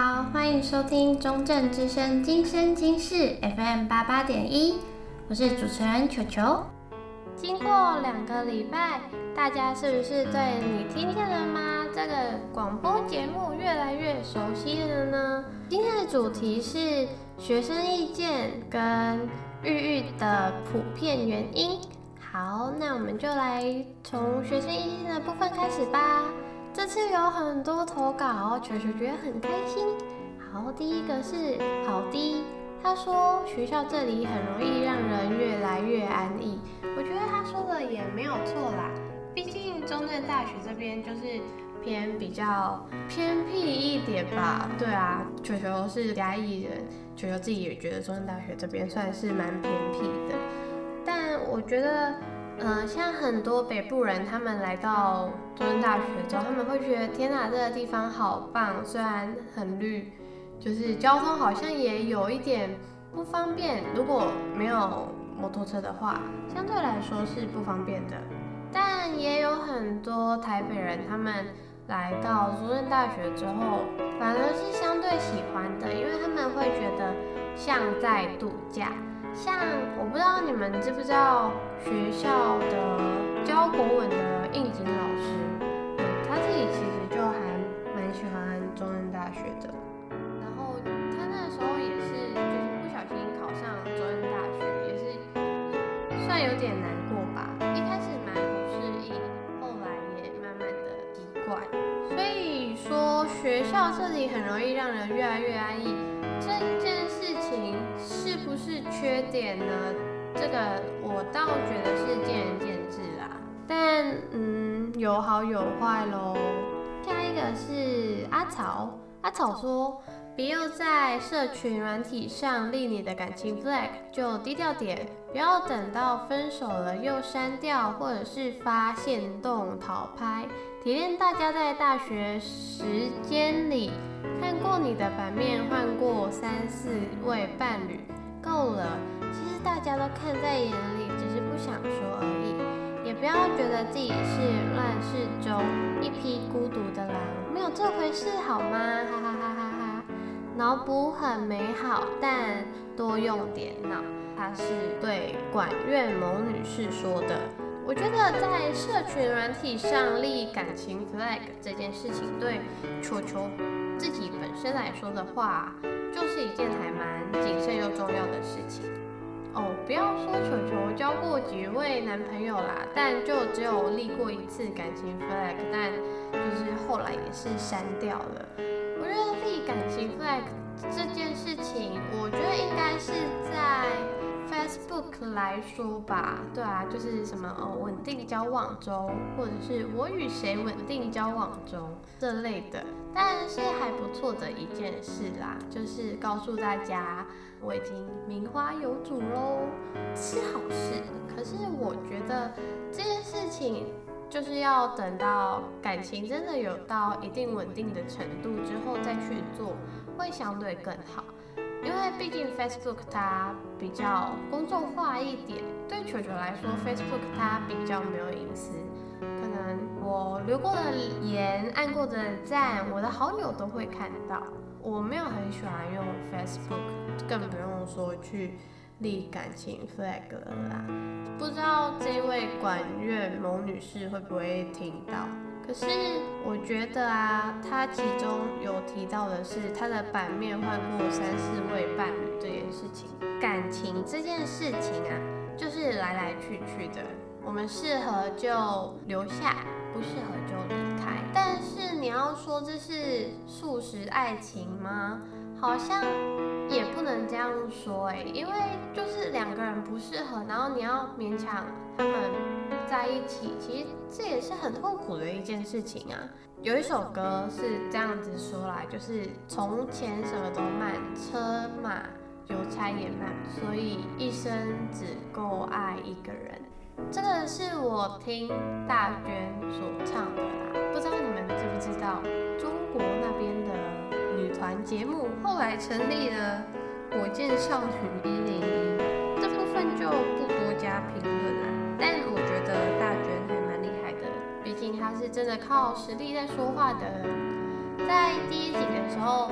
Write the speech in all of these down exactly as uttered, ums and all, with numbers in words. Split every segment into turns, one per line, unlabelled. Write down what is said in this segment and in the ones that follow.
好，欢迎收听中正之声今生今世 F M 八八点一，我是主持人球球。经过两个礼拜，大家是不是对你听见了吗这个广播节目越来越熟悉了呢？今天的主题是学生意见跟郁郁的普遍原因。好，那我们就来从学生意见的部分开始吧。这次有很多投稿，球球觉得很开心。好，第一个是好的，他说学校这里很容易让人越来越安逸。我觉得他说的也没有错啦，毕竟中正大学这边就是偏比较偏僻一点吧。对啊，球球是嘉义人，球球自己也觉得中正大学这边算是蛮偏僻的。但我觉得呃，像很多北部人，他们来到中正大学之后，他们会觉得天哪，这个地方好棒，虽然很绿，就是交通好像也有一点不方便，如果没有摩托车的话，相对来说是不方便的。但也有很多台北人，他们来到中正大学之后，反而是相对喜欢的，因为他们会觉得像在度假。像我不知道你们知不知道学校的教国文的应景老师，嗯，他自己其实就还蛮喜欢中正大学的。然后他那时候也是就是不小心考上中正大学，也是算有点难过吧。一开始蛮不适应，后来也慢慢的习惯。所以说学校这里很容易让人越来越安逸。这件事情是不是缺点呢？这个我倒觉得是见仁见智啦。但嗯，有好有坏咯。下一个是阿草，阿草说，别又在社群软体上立你的感情 flag， 就低调点，不要等到分手了又删掉，或者是发限动讨拍。体谅大家在大学时间里看过你的版面，换过三四位伴侣，够了。其实大家都看在眼里，只是不想说而已。也不要觉得自己是乱世中一匹孤独的狼，没有这回事好吗？哈哈哈哈哈！脑补很美好，但多用点脑。他是对管院某女士说的。我觉得在社群软体上立感情 flag 这件事情，对球球自己本身来说的话，就是一件还蛮谨慎又重要的事情。哦，不要说球球交过几位男朋友啦，但就只有立过一次感情 flag， 但就是后来也是删掉了。我觉得立感情 flag 这件事情，我觉得应该是在Facebook 来说吧，对啊，就是什么哦，稳定交往中，或者是我与谁稳定交往中这类的，但是还不错的一件事啦，就是告诉大家我已经名花有主喽，是好事。可是我觉得这件事情就是要等到感情真的有到一定稳定的程度之后再去做，会相对更好。因为毕竟 Facebook 它比较公众化一点，对球球来说 Facebook 它比较没有隐私，可能我留过的言、按过的赞，我的好友都会看到。我没有很喜欢用 Facebook， 更不用说去立感情 flag 了啦。不知道这位管院某女士会不会听到？可是我觉得啊，他其中有提到的是他的版面换过三四位伴侣这件事情。感情这件事情啊，就是来来去去的，我们适合就留下，不适合就离开。但是你要说这是速食爱情吗？好像也不能这样说哎、欸，因为就是两个人不适合，然后你要勉强他们在一起，其实这也是很痛苦的一件事情啊。有一首歌是这样子说来，就是从前什么都慢，车马邮差也慢，所以一生只够爱一个人。这个是我听大娟所唱的啦，不知道你们知不知道，中国那边的女团节目后来成立了火箭少女一零一，这部分就不多加评论啦。但我觉得大娟还蛮厉害的，毕竟她是真的靠实力在说话的人。在第一集的时候，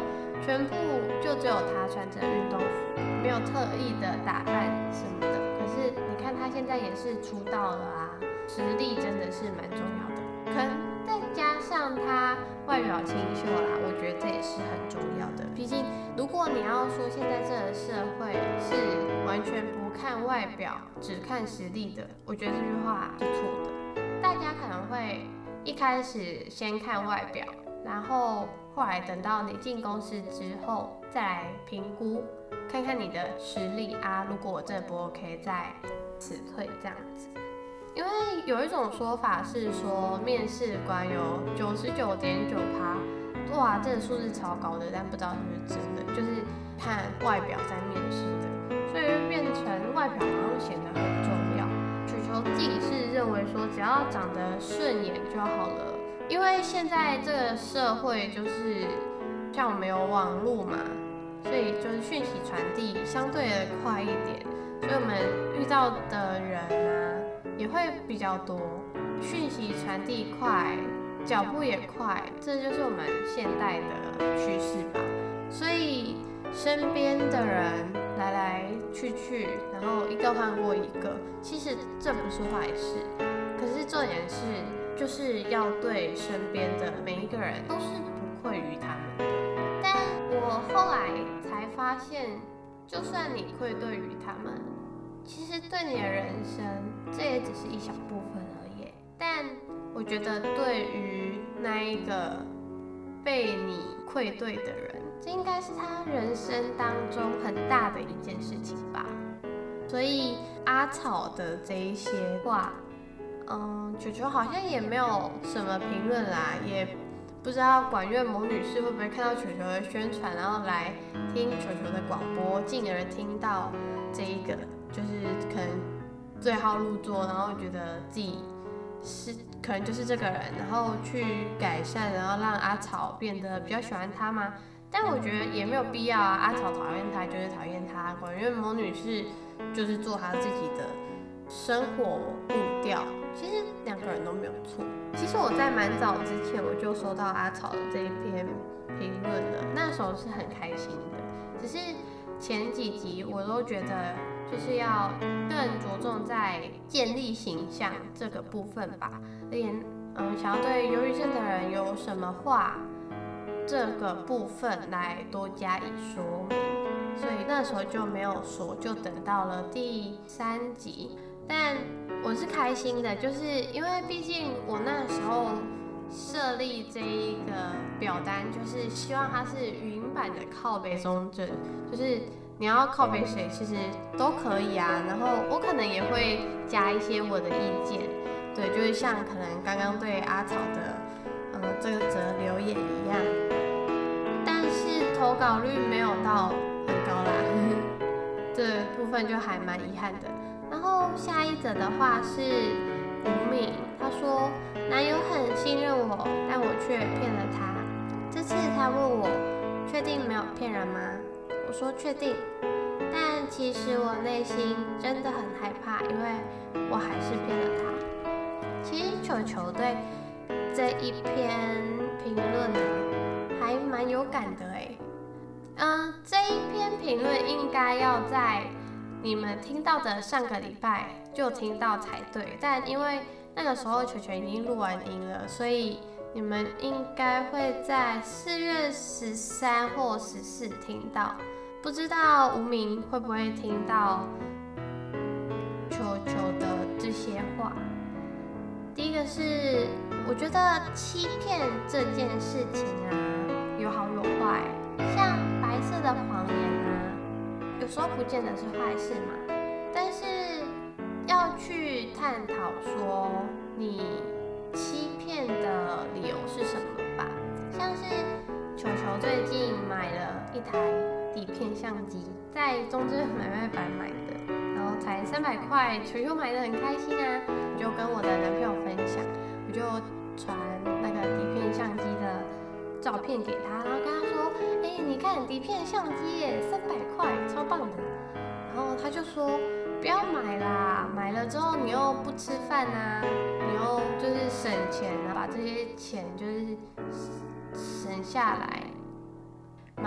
全部就只有他穿着运动服，没有特意的打扮什么的。可是你看他现在也是出道了啊，实力真的是蛮重要的。可能再加上他外表清秀啦，我觉得这也是很重要的。毕竟如果你要说现在这个社会是完全不看外表，只看实力的，我觉得这句话是错的。大家可能会一开始先看外表，然后后来等到你进公司之后再来评估，看看你的实力啊。如果我真的不 OK， 再辞退这样子。因为有一种说法是说，面试官有九十九点九趴，哇，这个数字超高的，但不知道是不是真的，就是看外表在面试的，所以就变成外表好像显得很重要。球球自己是认为说，只要长得顺眼就好了。因为现在这个社会就是像我们有网络嘛，所以就是讯息传递相对的快一点，所以我们遇到的人啊也会比较多，讯息传递快，脚步也快，这就是我们现代的趋势吧。所以身边的人来来去去，然后一个换过一个，其实这不是坏事。可是重点是，就是要对身边的每一个人都是不愧于他们的。但我后来才发现，就算你愧对于他们，其实对你的人生，这也只是一小部分而已。但我觉得对于那一个被你愧对的人，这应该是他人生当中很大的一件事情吧。所以阿草的这一些话，嗯，球球好像也没有什么评论啦，也不知道管院某女士会不会看到球球的宣传，然后来听球球的广播，进而听到这一个，就是可能对号入座，然后觉得自己是可能就是这个人，然后去改善，然后让阿草变得比较喜欢他吗？但我觉得也没有必要啊，阿草讨厌他就是讨厌他，管院某女士就是做她自己的生活步调，其实两个人都没有错。其实我在蛮早之前我就收到阿草的这一篇评论了，那时候是很开心的。只是前几集我都觉得就是要更着重在建立形象这个部分吧，而且嗯，想要对忧郁症的人有什么话，这个部分来多加以说明，所以那时候就没有说，就等到了第三集。但我是开心的，就是因为毕竟我那时候设立这一个表单，就是希望它是语音版的靠北中正，就是你要靠北谁其实都可以啊。然后我可能也会加一些我的意见，对，就是像可能刚刚对阿草的呃这个则留言一样，但是投稿率没有到很高啦，这部分就还蛮遗憾的。然后下一则的话是吴敏，他说男友很信任我，但我却骗了他。这次他问我确定没有骗人吗？我说确定，但其实我内心真的很害怕，因为我还是骗了他。其实球球对这一篇评论呢还蛮有感的哎，嗯，这一篇评论应该要在你们听到的上个礼拜就听到才对，但因为那个时候球球已经录完音了，所以你们应该会在四月十三或十四听到。不知道无名会不会听到球球的这些话？第一个是，我觉得欺骗这件事情啊，有好有坏，像白色的谎言啊。有时候不见得是坏事嘛，但是要去探讨说你欺骗的理由是什么吧。像是球球最近买了一台底片相机，在中正买卖版买的，然后才三百块，球球买的很开心啊，我就跟我的男朋友分享，我就传那个底片相机的照片给他，然后跟他说，哎、欸，你看底片相机耶，三百块，超棒的。然后他就说，不要买啦，买了之后你又不吃饭啊，你又就是省钱啊，把这些钱就是省下来买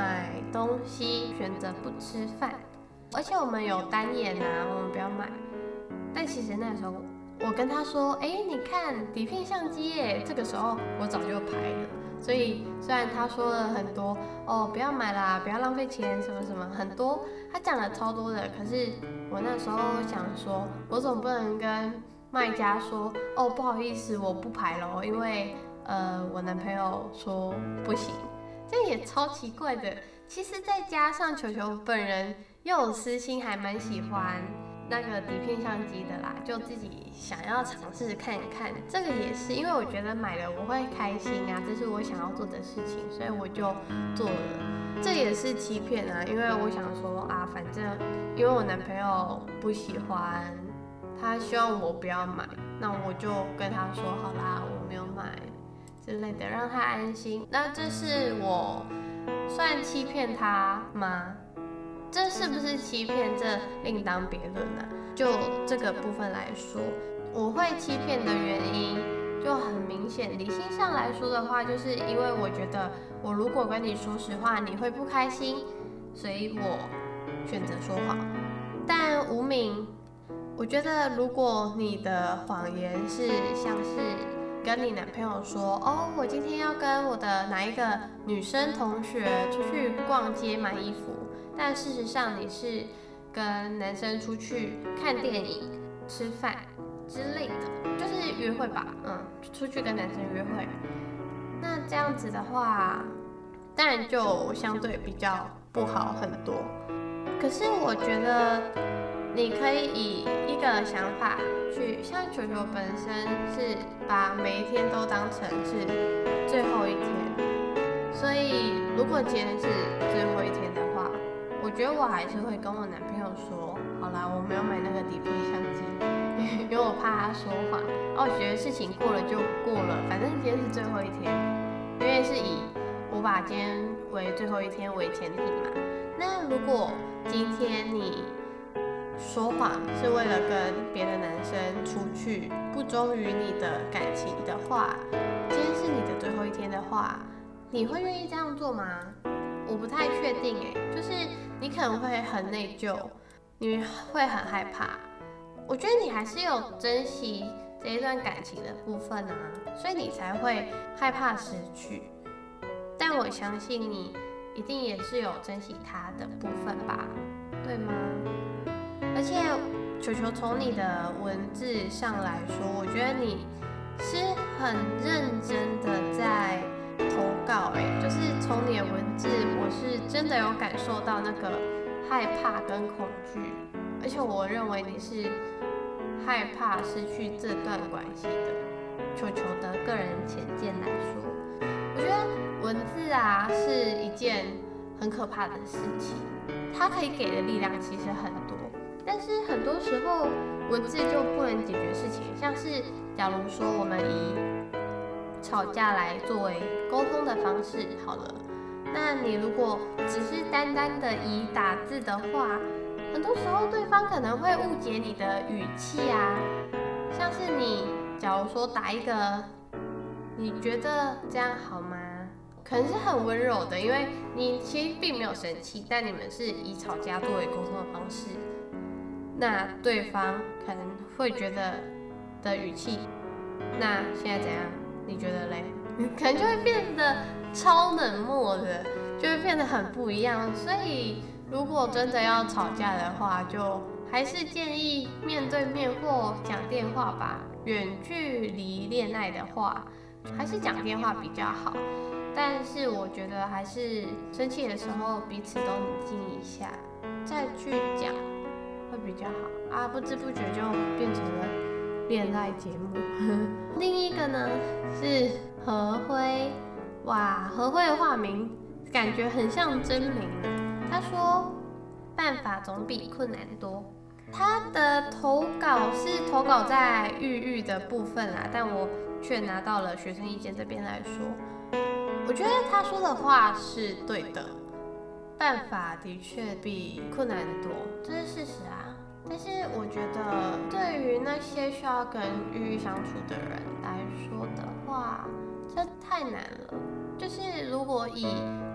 东西，选择不吃饭。而且我们有单眼啊，我们不要买。但其实那时候我跟他说，哎、欸，你看底片相机耶，这个时候我早就拍了。所以虽然他说了很多哦，不要买啦，不要浪费钱，什么什么很多，他讲了超多的。可是我那时候想说，我总不能跟卖家说，哦，不好意思，我不拍咯，因为呃我男朋友说不行，这样也超奇怪的。其实再加上球球本人又有私心，还蛮喜欢那个底片相机的啦，就自己想要尝试看一看。这个也是因为我觉得买了我会开心啊，这是我想要做的事情，所以我就做了。这也是欺骗啊，因为我想说啊，反正因为我男朋友不喜欢，他希望我不要买，那我就跟他说好啦，我没有买之类的，让他安心。那这是我算欺骗他吗？这是不是欺骗？这另当别论啊。就这个部分来说，我会欺骗的原因就很明显。理性上来说的话，就是因为我觉得我如果跟你说实话，你会不开心，所以我选择说谎。但无名，我觉得如果你的谎言是像是跟你男朋友说，哦，我今天要跟我的哪一个女生同学出去逛街买衣服。但事实上你是跟男生出去看电影、吃饭之类的，就是约会吧，嗯，出去跟男生约会。那这样子的话，当然就相对比较不好很多。可是我觉得你可以以一个想法去，像球球本身是把每一天都当成是最后一天，所以如果今天是最后一天的话，我觉得我还是会跟我男朋友说，好啦，我没有买那个底片相机，因为我怕他说谎。哦，我觉得事情过了就过了，反正今天是最后一天，因为是以我把今天为最后一天为前提嘛。那如果今天你说谎是为了跟别的男生出去，不忠于你的感情的话，今天是你的最后一天的话，你会愿意这样做吗？我不太确定哎，就是你可能会很内疚，你会很害怕。我觉得你还是有珍惜这一段感情的部分啊，所以你才会害怕失去。但我相信你一定也是有珍惜他的部分吧，对吗？而且球球从你的文字上来说，我觉得你是很认真的在投稿，哎，就是从你的文字，我是真的有感受到那个害怕跟恐惧，而且我认为你是害怕失去这段关系的。球球的个人浅见来说，我觉得文字啊是一件很可怕的事情，它可以给的力量其实很多，但是很多时候文字就不能解决事情，像是假如说我们以吵架来作为沟通的方式好了，那你如果只是单单的以打字的话，很多时候对方可能会误解你的语气啊，像是你假如说打一个你觉得这样好吗，可能是很温柔的，因为你其实并没有生气，但你们是以吵架作为沟通的方式，那对方可能会觉得的语气，那现在怎样？你觉得嘞？可能就会变得超冷漠的，就会变得很不一样。所以如果真的要吵架的话，就还是建议面对面或讲电话吧。远距离恋爱的话，还是讲电话比较好。但是我觉得还是生气的时候彼此都冷静一下，再去讲会比较好啊。不知不觉就变成了恋爱节目。另一个呢是何辉，哇，何辉的化名感觉很像真名。他说办法总比困难多。他的投稿是投稿在郁郁的部分啦，但我却拿到了学生意见这边来说，我觉得他说的话是对的，办法的确比困难多，这是事实啊。但是我觉得对于那些需要跟郁郁相处的人来说的话，这太难了。就是如果以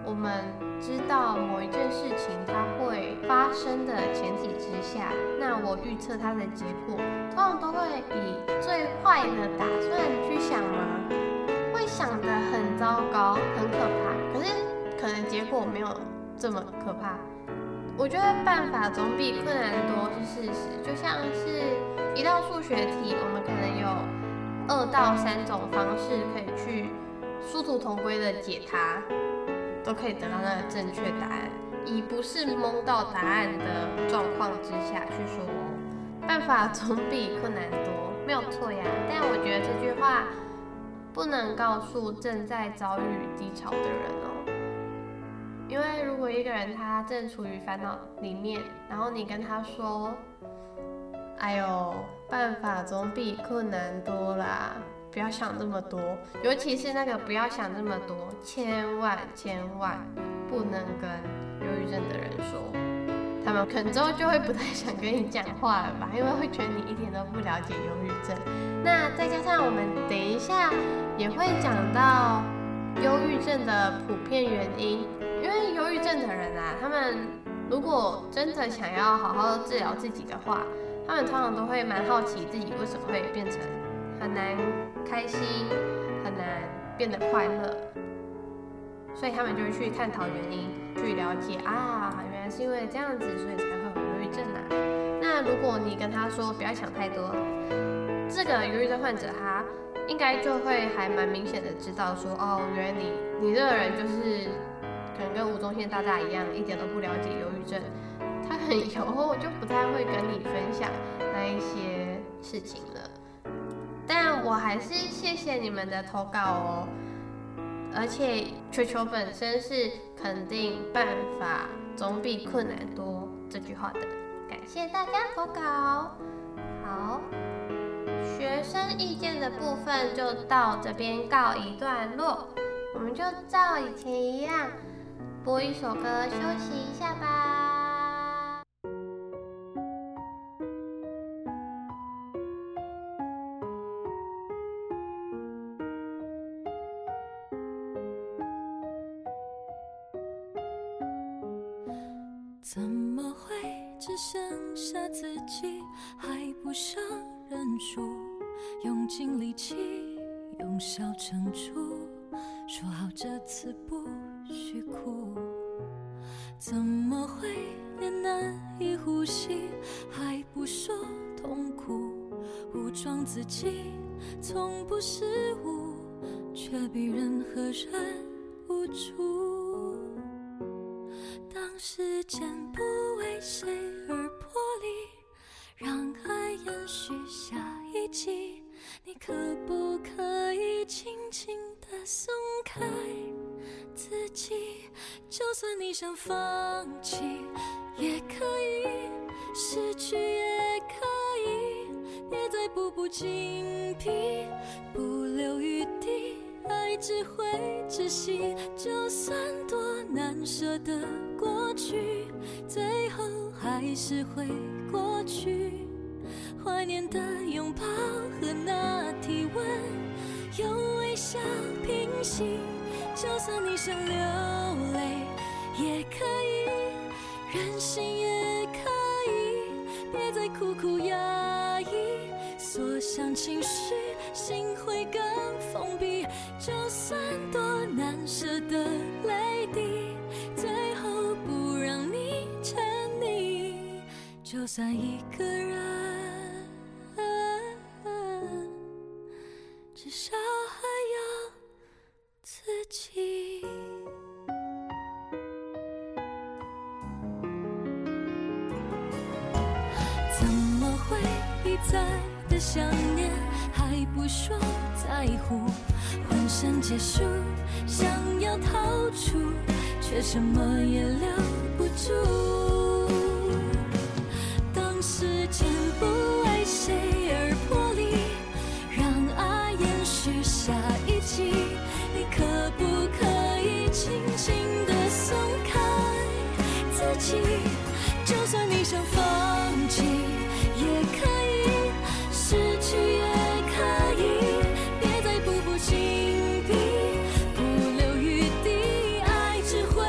我们知道某一件事情它会发生的前提之下，那我预测它的结果，通常都会以最坏的打算去想吗？会想得很糟糕，很可怕。可是可能结果没有这么可怕。我觉得办法总比困难多是事实。就像是一道数学题，我们可能有二到三种方式可以去殊途同归的解它，都可以得到那个正确答案。以不是蒙到答案的状况之下去说，办法总比困难多，没有错呀。但我觉得这句话不能告诉正在遭遇低潮的人哦。因为如果一个人他正处于烦恼里面，然后你跟他说，哎呦，办法总比困难多啦，不要想这么多，尤其是那个不要想这么多，千万千万不能跟忧郁症的人说，他们可能之后就会不太想跟你讲话了吧，因为会觉得你一点都不了解忧郁症。那再加上我们等一下也会讲到忧郁症的普遍原因，因为忧郁症的人啊，他们如果真的想要好好治疗自己的话，他们通常都会蛮好奇自己为什么会变成很难开心，很难变得快乐，所以他们就会去探讨原因，去了解啊，原来是因为这样子，所以才会有忧郁症啊。那如果你跟他说不要想太多，这个忧郁症患者他应该就会还蛮明显的知道说，哦，原来你你这个人就是可能跟吴宗宪大大一样，一点都不了解忧郁症，他可能以后就不太会跟你分享那一些事情了。但我还是谢谢你们的投稿哦，而且球球本身是肯定办法总比困难多这句话的，感谢大家投稿。好，学生意见的部分就到这边告一段落，我们就照以前一样播一首歌休息一下吧。
怎么会只剩下自己，还不想认输，用尽力气，用笑撑住，说好这次不许哭。怎么会连难以呼吸，还不说痛苦，武装自己，从不失误，却比任何人无助。当时间不为谁而破离，让爱延续下一季，你可不可以轻轻地松开自己？就算你想放弃也可以，失去也可以，别再步步紧逼，不留余地，爱只会窒息。就算多难舍的过去，最后还是会过去。怀念的拥抱和那体温，用微笑平息。就算你想流泪也可以，任性也可以，别再苦苦压抑，所想情绪心会更封闭。就算多难舍的泪滴，最后不让你沉溺。就算一个人，至少还有自己。怎么会一再的想念，还不说在乎，浑身解数，想要逃出，却什么也留不住。当时间不为谁而破离，让爱延续下一季，你可不可以轻轻地松开自己？就算你想放弃也可以，失去也可以，别再步步紧逼，不留余地，爱只会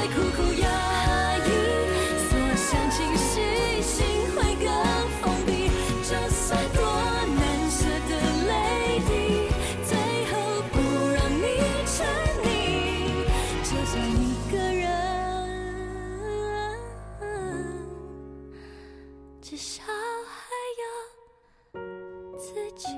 苦苦压抑，所想情绪心会更封闭。就算多难舍的泪滴，最后不让你沉溺。就算一个人，至少还有自己。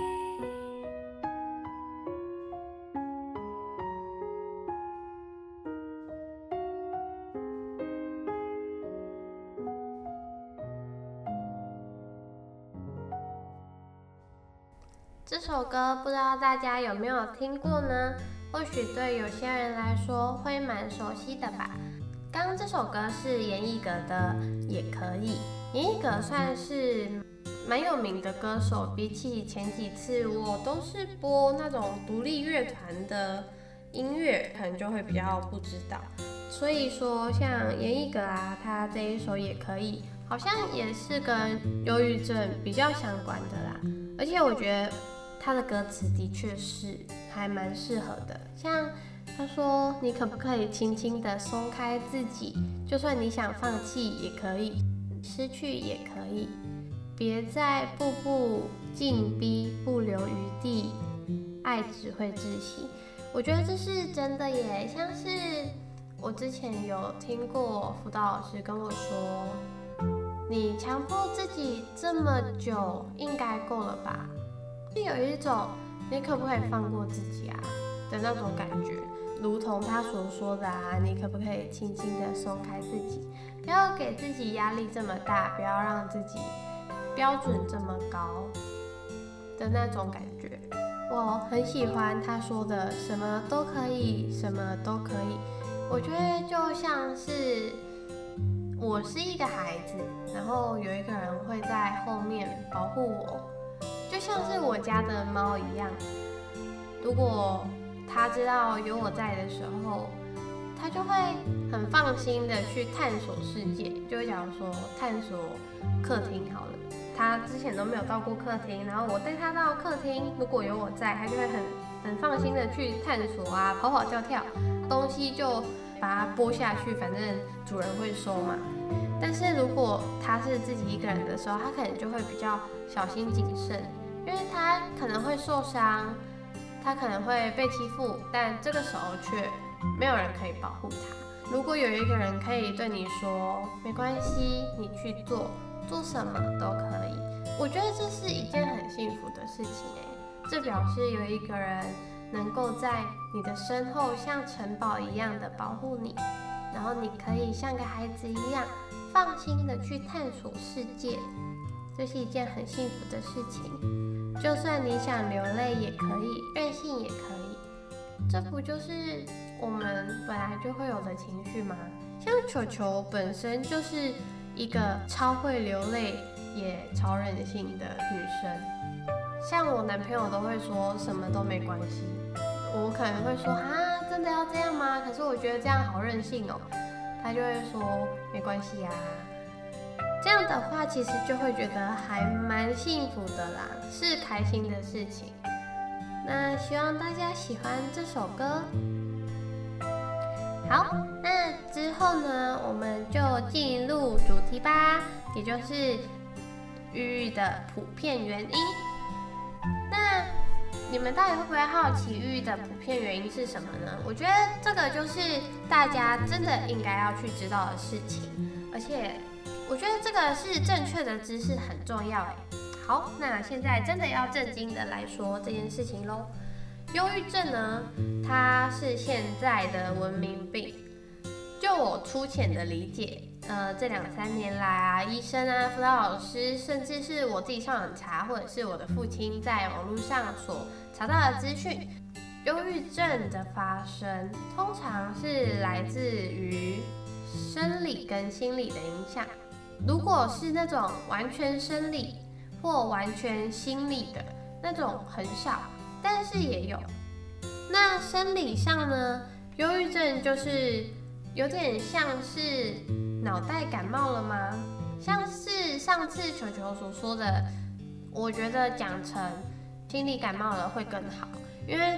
这首歌不知道大家有没有听过呢？或许对有些人来说会蛮熟悉的吧。刚刚这首歌是严艺格的《也可以》，严艺格算是蛮有名的歌手，比起前几次我都是播那种独立乐团的音乐，可能就会比较不知道。所以说像严艺格啊，他这一首《也可以》好像也是跟忧郁症比较相关的啦，而且我觉得他的歌词的确是还蛮适合的，像他说你可不可以轻轻地松开自己，就算你想放弃也可以，失去也可以，别再步步紧逼，不留余地，爱只会窒息。我觉得这是真的耶，像是我之前有听过辅导老师跟我说，你强迫自己这么久应该够了吧，就有一种你可不可以放过自己啊的那种感觉，如同他所说的啊，你可不可以轻轻的松开自己，不要给自己压力这么大，不要让自己标准这么高的那种感觉。我很喜欢他说的什么都可以，什么都可以。我觉得就像是我是一个孩子，然后有一个人会在后面保护我，就像是我家的猫一样。如果他知道有我在的时候，他就会很放心的去探索世界。就假如说探索客厅好了，他之前都没有到过客厅，然后我带他到客厅，如果有我在，他就会很很放心的去探索啊，跑跑跳跳，东西就把它拨下去，反正主人会收嘛。但是如果他是自己一个人的时候，他可能就会比较小心谨慎，因为他可能会受伤，他可能会被欺负，但这个时候却没有人可以保护他。如果有一个人可以对你说没关系，你去做，做什么都可以，我觉得这是一件很幸福的事情耶。这表示有一个人能够在你的身后像城堡一样的保护你，然后你可以像个孩子一样放心的去探索世界，这是一件很幸福的事情。就算你想流泪也可以，任性也可以，这不就是我们本来就会有的情绪吗？像球球本身就是一个超会流泪也超任性的女生，像我男朋友都会说什么都没关系，我可能会说啊，真的要这样吗？可是我觉得这样好任性哦，他就会说没关系啊。这样的话其实就会觉得还蛮幸福的啦，是开心的事情。那希望大家喜欢这首歌。好，那之后呢，我们就进入主题吧，也就是抑郁的普遍原因。那你们到底会不会好奇抑郁的普遍原因是什么呢？我觉得这个就是大家真的应该要去知道的事情，而且我觉得这个是正确的知识很重要哎。好，那现在真的要正经的来说这件事情咯。忧郁症呢，它是现在的文明病。就我粗浅的理解，呃，这两三年来啊，医生啊、辅导老师，甚至是我自己上网查，或者是我的父亲在网络上所查到的资讯，忧郁症的发生通常是来自于生理跟心理的影响。如果是那种完全生理或完全心理的那种很少，但是也有。那生理上呢，忧郁症就是有点像是脑袋感冒了吗？像是上次球球所说的，我觉得讲成心理感冒了会更好，因为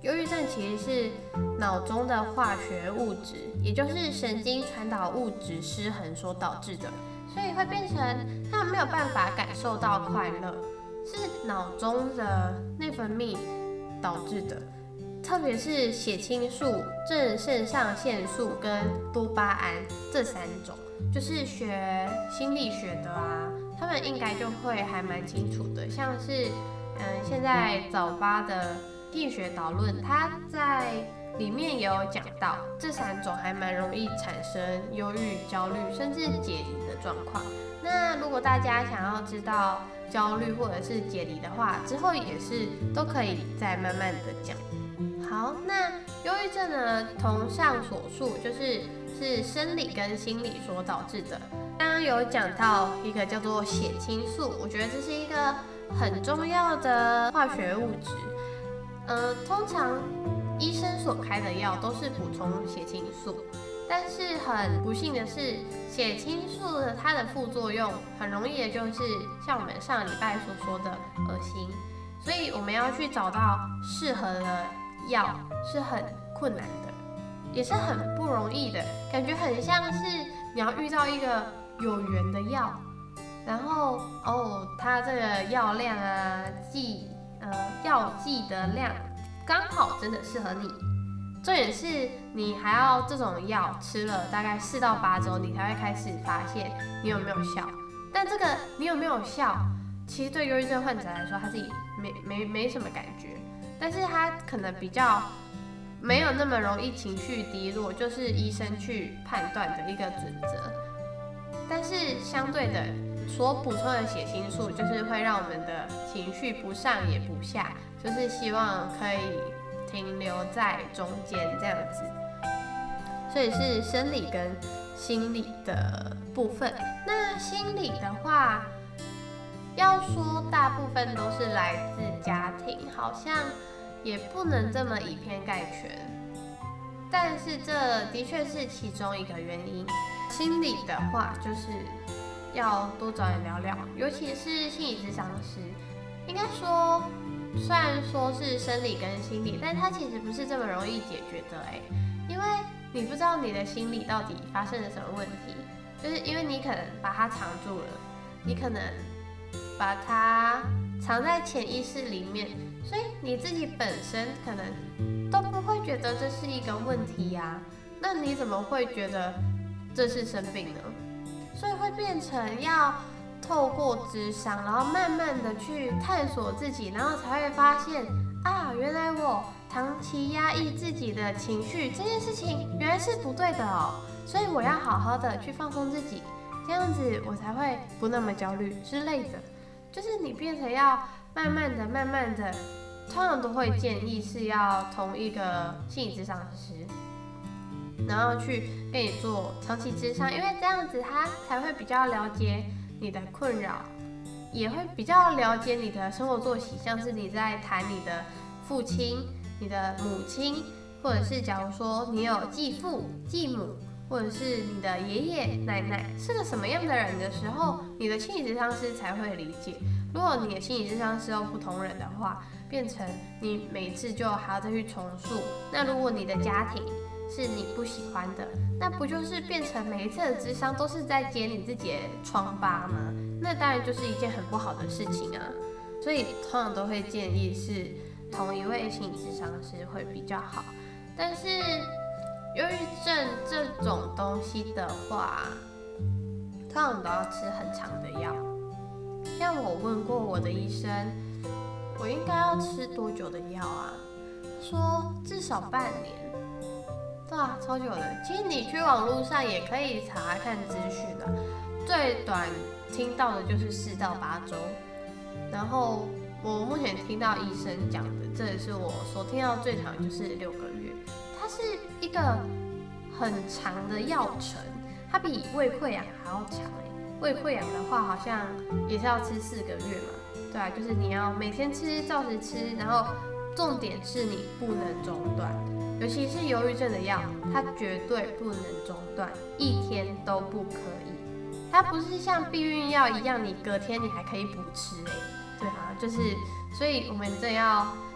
忧郁症其实是脑中的化学物质，也就是神经传导物质失衡所导致的，所以会变成他没有办法感受到快乐，是脑中的内分泌导致的，特别是血清素、正肾上腺素跟多巴胺这三种，就是学心理学的啊，他们应该就会还蛮清楚的，像是嗯现在早八的心理学导论，它在里面也有讲到，这三种还蛮容易产生忧郁、焦虑，甚至解离的状况。那如果大家想要知道焦虑或者是解离的话，之后也是都可以再慢慢的讲。好，那忧郁症呢，同上所述，就是是生理跟心理所导致的。刚刚有讲到一个叫做血清素，我觉得这是一个很重要的化学物质。呃，通常医生所开的药都是补充血清素，但是很不幸的是，血清素的它的副作用很容易的就是像我们上礼拜所说的恶心，所以我们要去找到适合的药是很困难的，也是很不容易的，感觉很像是你要遇到一个有缘的药，然后哦，它这个药量啊，剂呃药剂的量刚好真的适合你。重点是你还要这种药吃了大概四到八周，你才会开始发现你有没有效。但这个你有没有效，其实对忧郁症患者来说，他自己没没没什么感觉，但是他可能比较没有那么容易情绪低落，就是医生去判断的一个准则。但是相对的，所补充的血清素就是会让我们的情绪不上也不下，就是希望可以停留在中间这样子，所以是生理跟心理的部分。那心理的话，要说大部分都是来自家庭，好像也不能这么以偏概全，但是这的确是其中一个原因。心理的话，就是要多找人聊聊，尤其是心理咨商师，应该说虽然说是生理跟心理，但它其实不是这么容易解决的哎，因为你不知道你的心理到底发生了什么问题，就是因为你可能把它藏住了，你可能把它藏在潜意识里面，所以你自己本身可能都不会觉得这是一个问题呀、啊，那你怎么会觉得这是生病呢？所以会变成要透过諮商，然后慢慢的去探索自己，然后才会发现啊，原来我长期压抑自己的情绪这件事情原来是不对的哦，所以我要好好的去放松自己，这样子我才会不那么焦虑之类的。就是你变成要慢慢的、慢慢的，通常都会建议是要同一个心理諮商师，然后去跟你做长期諮商，因为这样子他才会比较了解你的困扰，也会比较了解你的生活作息，像是你在谈你的父亲、你的母亲，或者是假如说你有继父、继母，或者是你的爷爷奶奶是个什么样的人的时候，你的心理咨商师才会理解。如果你的心理咨商师有不同人的话，变成你每次就还要再去重述。那如果你的家庭是你不喜欢的，那不就是变成每一次的諮商都是在揭你自己的疮疤吗？那当然就是一件很不好的事情啊。所以通常都会建议是同一位心理諮商师会比较好。但是忧郁症这种东西的话，通常都要吃很长的药。像我问过我的医生，我应该要吃多久的药啊？他说至少半年。对啊，超久的。其实你去网络上也可以查看资讯啊，最短听到的就是四到八周。然后我目前听到医生讲的，这也是我所听到最长就是六个月。它是一个很长的药程，它比胃溃疡还要长哎。胃溃疡的话，好像也是要吃四个月嘛。对啊，就是你要每天吃，照时吃，然后重点是你不能中断。尤其是忧郁症的药，它绝对不能中断，一天都不可以。它不是像避孕药一样，你隔天你还可以补吃哎。对啊，就是，所以我们真的要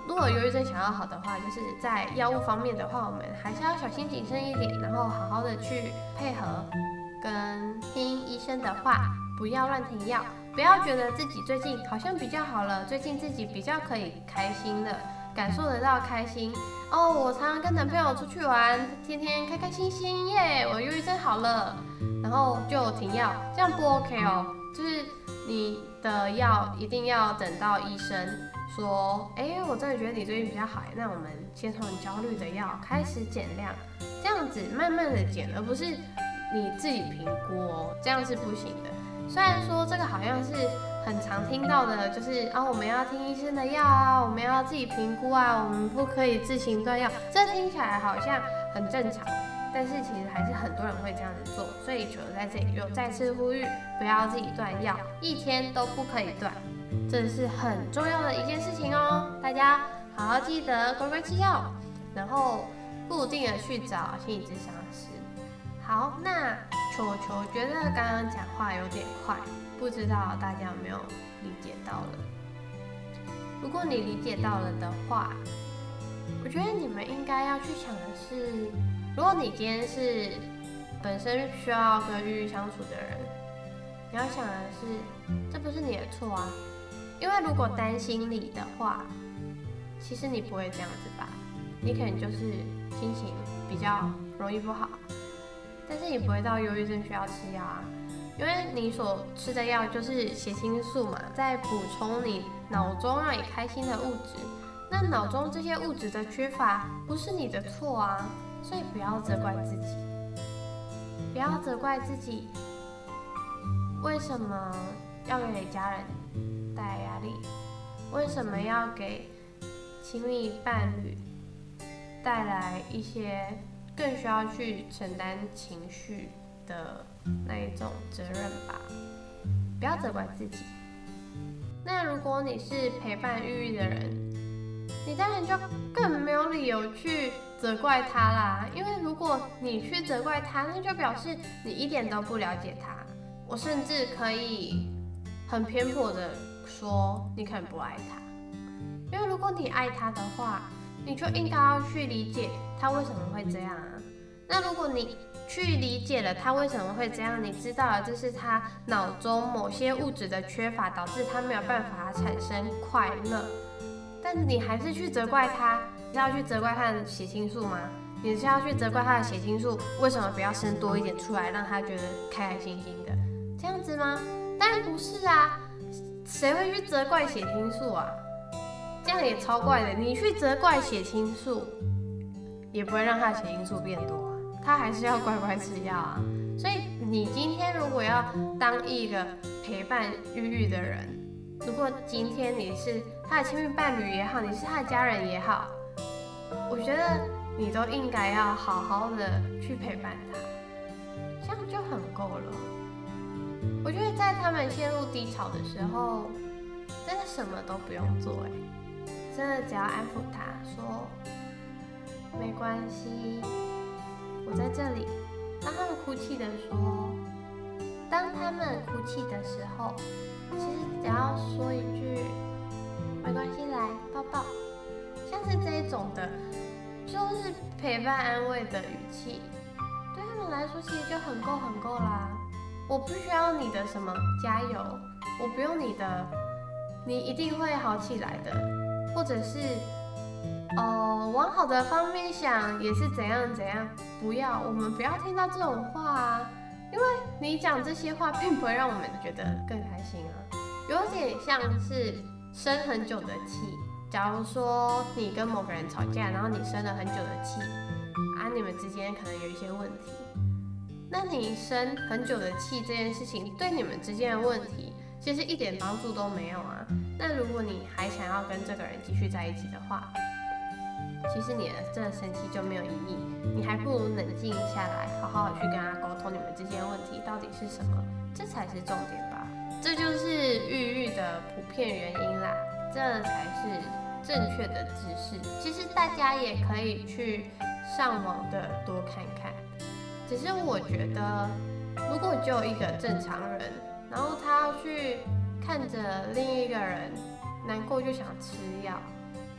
如果忧郁症想要好的话，就是在药物方面的话，我们还是要小心谨慎一点，然后好好的去配合跟听医生的话，不要乱停药，不要觉得自己最近好像比较好了，最近自己比较可以开心了，感受得到开心哦。我常常跟男朋友出去玩，天天开开心心耶，我忧郁症好了，然后就停药，这样不 OK 哦。就是你的药一定要等到医生说，哎，我真的觉得你最近比较好，那我们先从焦虑的药开始减量，这样子慢慢的减，而不是你自己评估哦，这样是不行的。虽然说这个好像是很常听到的，就是啊，我们要听医生的药啊，我们要自己评估啊，我们不可以自行断药，这听起来好像很正常，但是其实还是很多人会这样子做，所以球在这里又再次呼吁，不要自己断药，一天都不可以断，这是很重要的一件事情哦，大家好好记得乖乖吃药，然后固定的去找心理咨商师。好，那球球觉得刚刚讲话有点快，不知道大家有没有理解到了？如果你理解到了的话，我觉得你们应该要去想的是，如果你今天是本身需要跟郁郁相处的人，你要想的是，这不是你的错啊。因为如果单心理的话，其实你不会这样子吧？你可能就是心情比较容易不好。但是你不会到忧郁症需要吃药啊，因为你所吃的药就是血清素嘛，在补充你脑中让你开心的物质。那脑中这些物质的缺乏不是你的错啊，所以不要责怪自己，不要责怪自己为什么要给家人带来压力，为什么要给亲密伴侣带来一些更需要去承担情绪的那一种责任吧，不要责怪自己。那如果你是陪伴郁郁的人，你当然就更没有理由去责怪他啦，因为如果你去责怪他，那就表示你一点都不了解他。我甚至可以很偏颇的说，你可能不爱他，因为如果你爱他的话，你就应该要去理解他为什么会这样啊。那如果你去理解了他为什么会这样，你知道了这是他脑中某些物质的缺乏导致他没有办法产生快乐，但是你还是去责怪他，你是要去责怪他的血清素吗？你是要去责怪他的血清素为什么不要生多一点出来，让他觉得开开心心的，这样子吗？当然不是啊，谁会去责怪血清素啊？这样也超怪的，你去责怪血清素，也不会让他的血清素变多啊，他还是要乖乖吃药啊。所以你今天如果要当一个陪伴郁郁的人，如果今天你是他的亲密伴侣也好，你是他的家人也好，我觉得你都应该要好好的去陪伴他，这样就很够了。我觉得在他们陷入低潮的时候，真的什么都不用做哎、欸，真的只要安抚他说没关系，我在这里。当他们哭泣的时候，当他们哭泣的时候，其实只要说一句没关系，来抱抱，像是这一种的，就是陪伴安慰的语气，对他们来说其实就很够很够啦。我不需要你的什么加油，我不用你的你一定会好起来的，或者是哦往好的方面想也是怎样怎样，不要，我们不要听到这种话啊，因为你讲这些话并不会让我们觉得更开心啊，有点像是生很久的气。假如说你跟某个人吵架，然后你生了很久的气啊，你们之间可能有一些问题，那你生很久的气这件事情对你们之间的问题其实一点帮助都没有啊。那如果你还想要跟这个人继续在一起的话，其实你的这个生气就没有意义，你还不如冷静下来，好好的去跟他沟通你们之间的问题到底是什么，这才是重点吧。这就是郁郁的普遍原因啦，这才是正确的知识。其实大家也可以去上网的多看看，只是我觉得如果只有一个正常人，然后他要去看着另一个人难过就想吃药，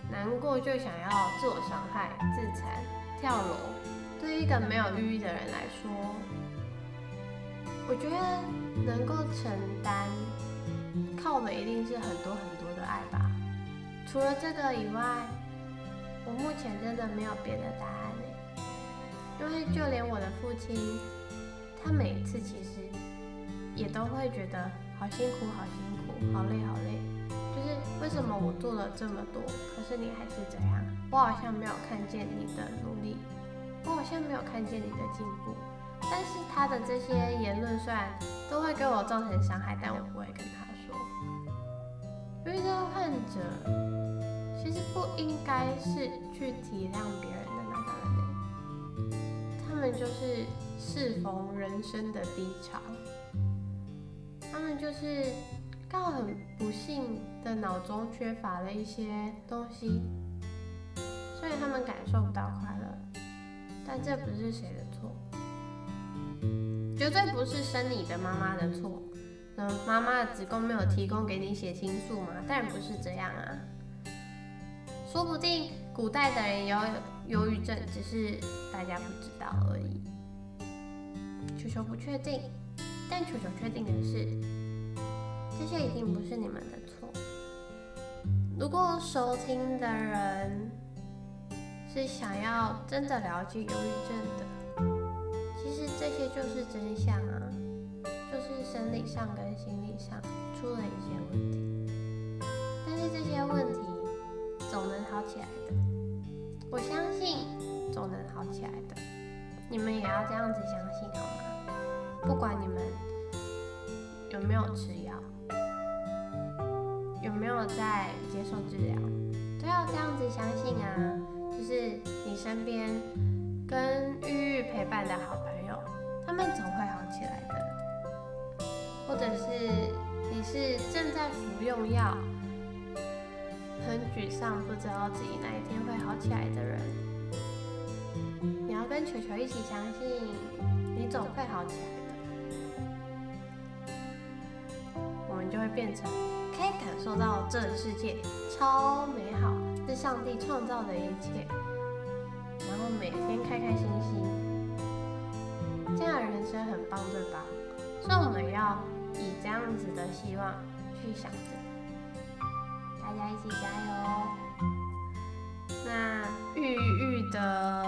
难过就想要自我伤害、自残、跳楼。对于一个没有抑郁的人来说，我觉得能够承担，靠的一定是很多很多的爱吧。除了这个以外，我目前真的没有别的答案耶。因为就连我的父亲，他每次其实也都会觉得好辛苦、好辛苦、好累、好累。就是为什么我做了这么多，可是你还是这样？我好像没有看见你的努力，我好像没有看见你的进步。但是他的这些言论虽然都会给我造成伤害，但我不会跟他说。忧郁症患者其实不应该是去体谅别人的那个人耶，他们就是适逢人生的低潮，他们就是刚好很不幸的脑中缺乏了一些东西，所以他们感受不到快乐。但这不是谁的错，绝对不是生你的妈妈的错。那妈妈的子宫没有提供给你血清素吗？当然不是这样啊。说不定古代的人也有忧郁症，只是大家不知道而已。球球不确定，但球球确定的是，这些一定不是你们的错。如果收听的人是想要真的了解忧郁症的，其实这些就是真相啊，就是生理上跟心理上出了一些问题。但是这些问题总能好起来的，我相信总能好起来的。你们也要这样子相信好吗？不管你们有没有吃药，有没有在接受治疗，都要这样子相信啊。就是你身边跟郁郁陪伴的好朋友，他们总会好起来的。或者是你是正在服用药，很沮丧，不知道自己哪一天会好起来的人，你要跟球球一起相信，你总会好起来的。我们就会变成可以感受到这世界超美好，是上帝创造的一切，然后每天开开心心，这样的人生很棒，对吧？所以我们要以这样子的希望去想着，大家一起加油。那郁郁的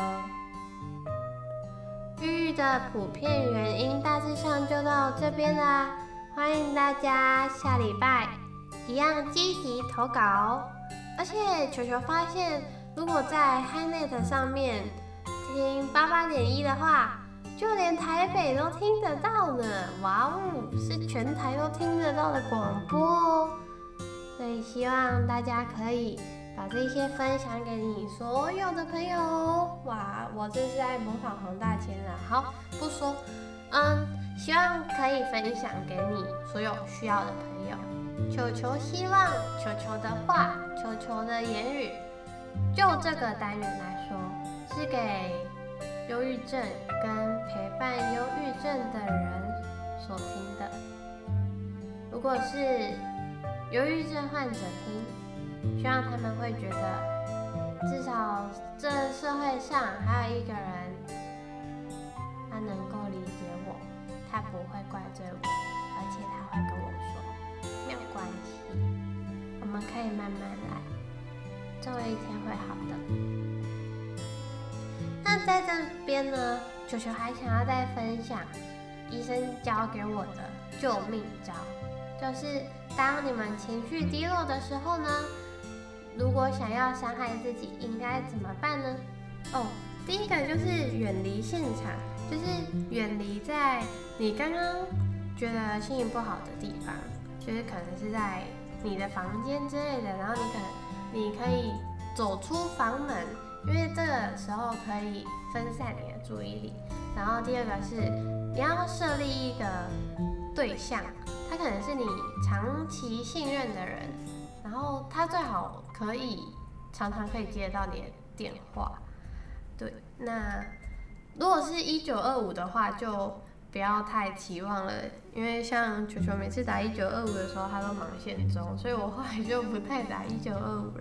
郁郁的普遍原因大致上就到这边啦，欢迎大家下礼拜一样积极投稿。而且球球发现，如果在 HiNet 上面听八八点一的话，就连台北都听得到呢！哇哦，是全台都听得到的广播哦。所以希望大家可以把这些分享给你所有的朋友哦。哇，我这是在模仿黄大千啊！好，不说，嗯，希望可以分享给你所有需要的朋友。球球希望，球球的话，球球的言语，就这个单元来说，是给忧郁症跟陪伴忧郁症的人所听的。如果是忧郁症患者听，希望他们会觉得，至少这社会上还有一个人，他能够理解我，他不会怪罪我，而且他会跟我说，没有关系，我们可以慢慢来，总有一天会好的。那在这边呢，球球还想要再分享医生教给我的救命招，就是当你们情绪低落的时候呢，如果想要伤害自己，应该怎么办呢？哦，第一个就是远离现场，就是远离在你刚刚觉得心情不好的地方，就是可能是在你的房间之类的，然后你可能你可以走出房门，因为这个时候可以分散你的注意力。然后第二个是你要设立一个对象，他可能是你长期信任的人，然后他最好可以常常可以接到你的电话。对，那如果是一九二五的话，就不要太期望了，因为像球球每次打一九二五的时候，他都忙线中，所以我后来就不太打一九二五了。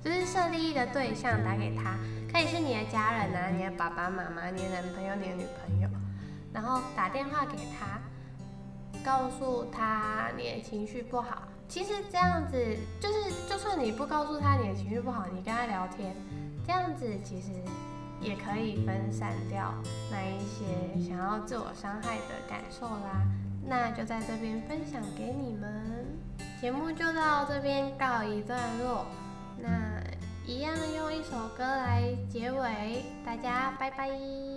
就是设立一个对象打给他，可以是你的家人啊，你的爸爸妈妈、你的男朋友、你的女朋友，然后打电话给他，告诉他你的情绪不好。其实这样子就是，就算你不告诉他你的情绪不好，你跟他聊天，这样子其实也可以分散掉那一些想要自我伤害的感受啦。那就在这边分享给你们，节目就到这边告一段落。那一样用一首歌来结尾，大家拜拜。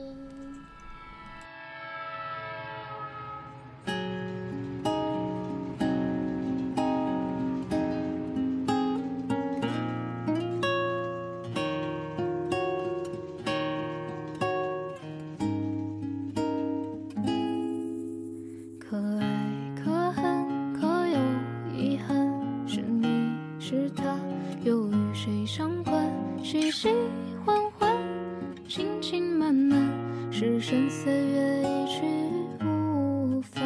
谁喜欢欢，心情慢慢，时辰岁月一去无返。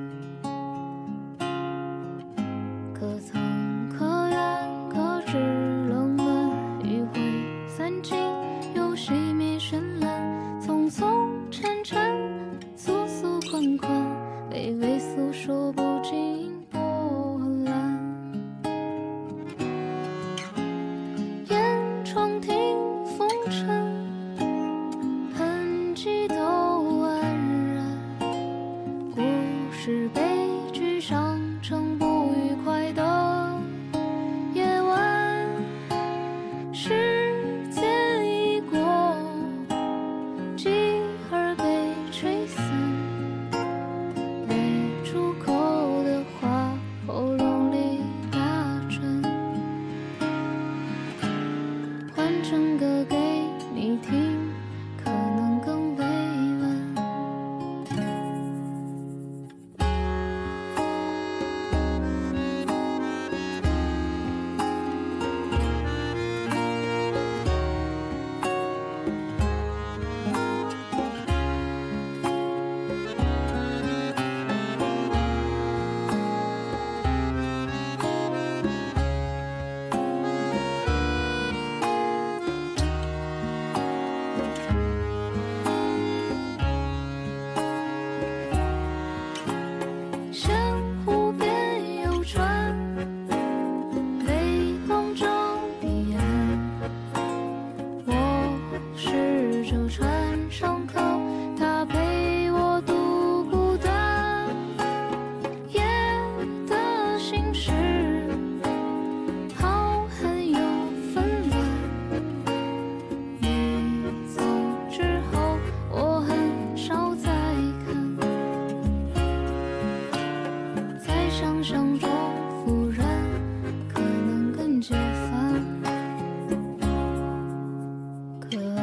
可曾可远，可知冷暖，余晖散尽，又熄灭绚烂。匆匆缠缠，速速款款，微微诉说不尽波澜。窗听风尘，痕迹都黯然。故事悲剧上成不愉快的夜晚。时间已过，继而被吹散。未出口的话，喉咙里打转。换成歌给你听，可能更委婉。想象中忽然可能更解放，可